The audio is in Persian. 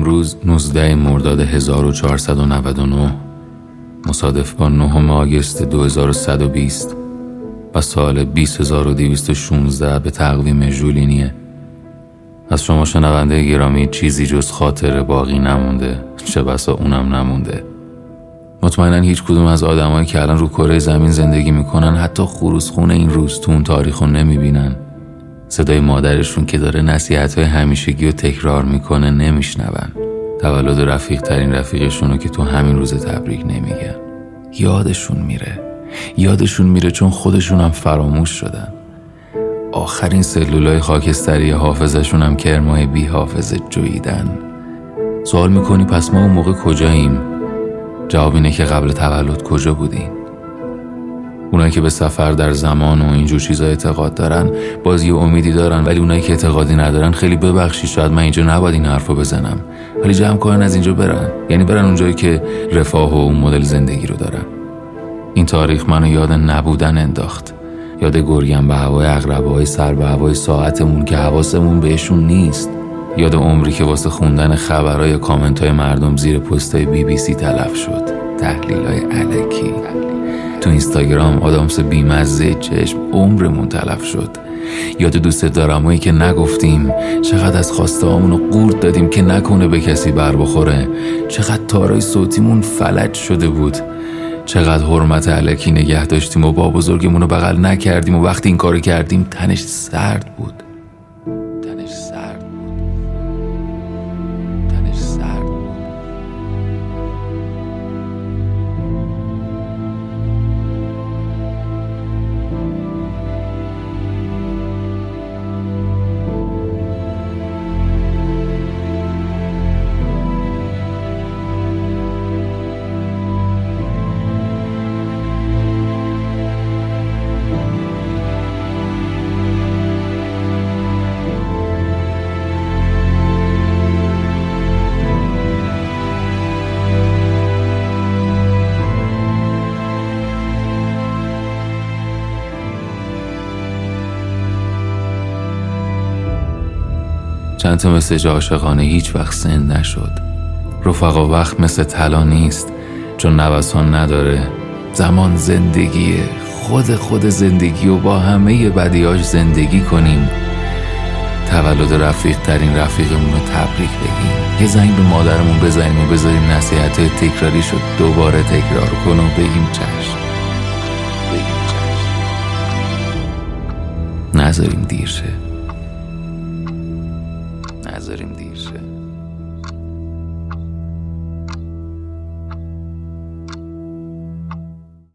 امروز 19 مرداد 1499 مصادف با 9 آگوست 2120 و سال 20216 به تقویم ژولینیه. از شما شنونده گرامی چیزی جز خاطره باقی نمونده، چه بسا اونم نمونده. مطمئناً هیچ کدوم از آدمایی که الان رو کره زمین زندگی میکنن حتی خروسخون این روز تو اون تاریخو نمیبینن. صدای مادرشون که داره نصیحت‌های همیشگی رو تکرار میکنه نمیشنون. تولد رفیق ترین رفیقشونو که تو همین روز تبریک نمیگن. یادشون میره چون خودشون هم فراموش شدن. آخرین سلولای خاکستری حافظشون هم کرمای بی حافظه جویدن. سوال میکنی پس ما اون موقع کجاییم؟ جواب اینه که قبل تولد کجا بودین؟ اونایی که به سفر در زمان و اینجور چیزا اعتقاد دارن باز یه امیدی دارن، ولی اونایی که اعتقادی ندارن خیلی ببخشید شاید من اینجا نباید این حرفو بزنم، ولی جمع کارن از اینجا برن، یعنی برن اونجایی که رفاه و اون مدل زندگی رو دارن. این تاریخ منو یاد نبودن انداخت، یاد گرگم به هوای عقربه‌های سر به هوای ساعتمون که حواسمون بهشون نیست، یاد عمری که واسه خوندن خبرای یا کامنت‌های مردم زیر پست‌های BBC تلف شد، تحلیل‌های الکی تو اینستاگرام، آدامس بیمزه چشم عمرمون تلف شد، یاد دوست دارمایی که نگفتیم، چقدر از خواسته هامونو قورت دادیم که نکنه به کسی بر بخوره، چقدر تارای صوتیمون فلج شده بود، چقدر حرمت الکی نگه داشتیم و با بزرگمونو بغل نکردیم و وقتی این کارو کردیم تنش سرد بود. چند تا مسیج عاشقانه هیچ وقت سند نشد. رفقا وقت مثل طلا نیست چون نوسان نداره. زمان زندگیه، خود زندگی و با همه بدیاش زندگی کنیم. تولد رفیق ترین رفیقمون رو تبریک بگیم، یه زنگ به مادرمون بزنیم و بذاریم نصیحت‌های تکراری شد دوباره تکرار کن و بگیم چشم. نذاریم دیر شه.